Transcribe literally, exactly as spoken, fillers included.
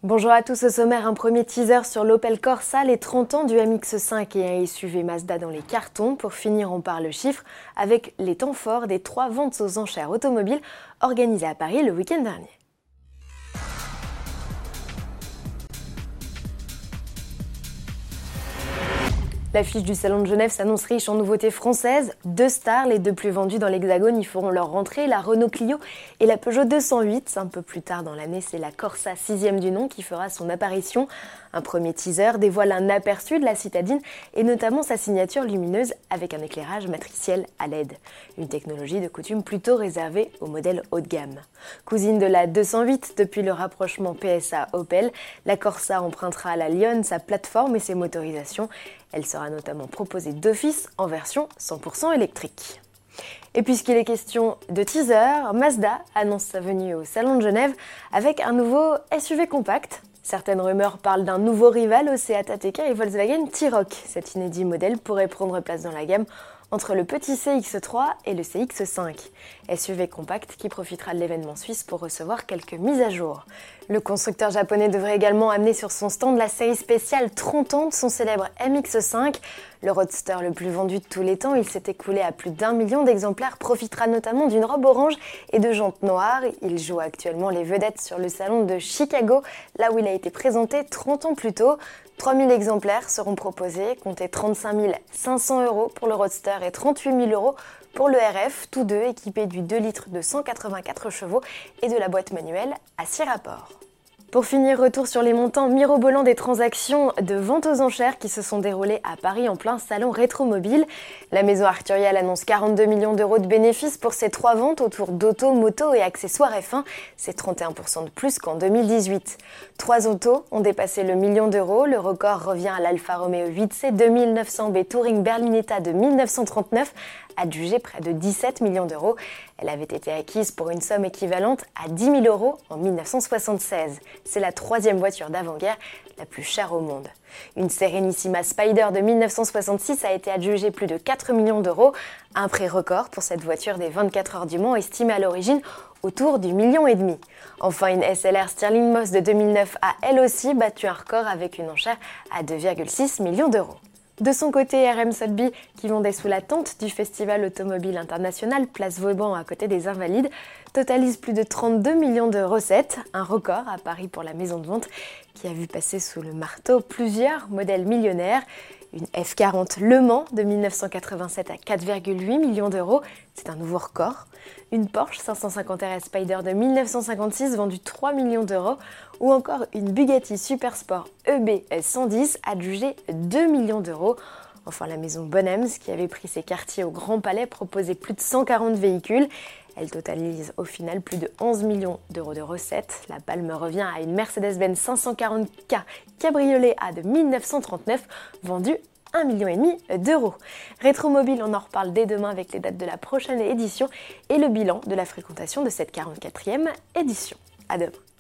Bonjour à tous, au sommaire, un premier teaser sur l'Opel Corsa, les trente ans du M X cinq et un S U V Mazda dans les cartons. Pour finir, on parle chiffres avec les temps forts des trois ventes aux enchères automobiles organisées à Paris le week-end dernier. L'affiche du Salon de Genève s'annonce riche en nouveautés françaises. Deux stars, les deux plus vendues dans l'Hexagone, y feront leur rentrée, la Renault Clio et la Peugeot deux cent huit. Un peu plus tard dans l'année, c'est la Corsa sixième du nom qui fera son apparition. Un premier teaser dévoile un aperçu de la citadine et notamment sa signature lumineuse avec un éclairage matriciel à L E D. Une technologie de coutume plutôt réservée aux modèles haut de gamme. Cousine de la deux cent huit, depuis le rapprochement P S A-Opel, la Corsa empruntera à la Lionne sa plateforme et ses motorisations. Elle sera notamment proposée d'office en version cent pour cent électrique. Et puisqu'il est question de teaser, Mazda annonce sa venue au Salon de Genève avec un nouveau S U V compact. Certaines rumeurs parlent d'un nouveau rival au Seat A T K et Volkswagen T-Roc. Cet inédit modèle pourrait prendre place dans la gamme entre le petit C X trois et le C X cinq. S U V compact qui profitera de l'événement suisse pour recevoir quelques mises à jour. Le constructeur japonais devrait également amener sur son stand la série spéciale trente ans de son célèbre M X cinq. Le roadster le plus vendu de tous les temps, il s'est écoulé à plus d'un million d'exemplaires, profitera notamment d'une robe orange et de jantes noires. Il joue actuellement les vedettes sur le salon de Chicago, là où il a été présenté trente ans plus tôt. trois mille exemplaires seront proposés, comptez trente-cinq mille cinq cents euros pour le roadster et trente-huit mille euros pour le R F, tous deux équipés du deux litres de cent quatre-vingt-quatre chevaux et de la boîte manuelle à six rapports. Pour finir, retour sur les montants mirobolants des transactions de vente aux enchères qui se sont déroulées à Paris en plein salon rétromobile. La maison Arturial annonce quarante-deux millions d'euros de bénéfices pour ses trois ventes autour d'auto, moto et accessoires F un. C'est trente et un pour cent de plus qu'en deux mille dix-huit. Trois autos ont dépassé le million d'euros. Le record revient à l'Alfa Romeo huit C deux mille neuf cents B Touring Berlinetta de mille neuf cent trente-neuf, adjugée près de dix-sept millions d'euros. Elle avait été acquise pour une somme équivalente à dix mille euros en mille neuf cent soixante-seize. C'est la troisième voiture d'avant-guerre la plus chère au monde. Une Serenissima Spider de mille neuf cent soixante-six a été adjugée plus de quatre millions d'euros, un prix record pour cette voiture des vingt-quatre heures du Mans estimée à l'origine autour du million et demi. Enfin, une S L R Stirling Moss de deux mille neuf a elle aussi battu un record avec une enchère à deux virgule six millions d'euros. De son côté, R M Sotheby, qui vendait sous la tente du Festival automobile international Place Vauban à côté des Invalides, totalise plus de trente-deux millions de recettes, un record à Paris pour la maison de vente qui a vu passer sous le marteau plusieurs modèles millionnaires. Une F quarante Le Mans de mille neuf cent quatre-vingt-sept à quatre virgule huit millions d'euros, c'est un nouveau record. Une Porsche cinq cent cinquante R S Spider de mille neuf cent cinquante-six vendue trois millions d'euros. Ou encore une Bugatti Supersport E B cent dix adjugée deux millions d'euros. Enfin, la maison Bonhams, qui avait pris ses quartiers au Grand Palais, proposait plus de cent quarante véhicules. Elle totalise au final plus de onze millions d'euros de recettes. La palme revient à une Mercedes-Benz cinq cent quarante K Cabriolet A de mille neuf cent trente-neuf, vendue un virgule cinq million d'euros. Rétromobile, on en reparle dès demain avec les dates de la prochaine édition et le bilan de la fréquentation de cette quarante-quatrième édition. À demain.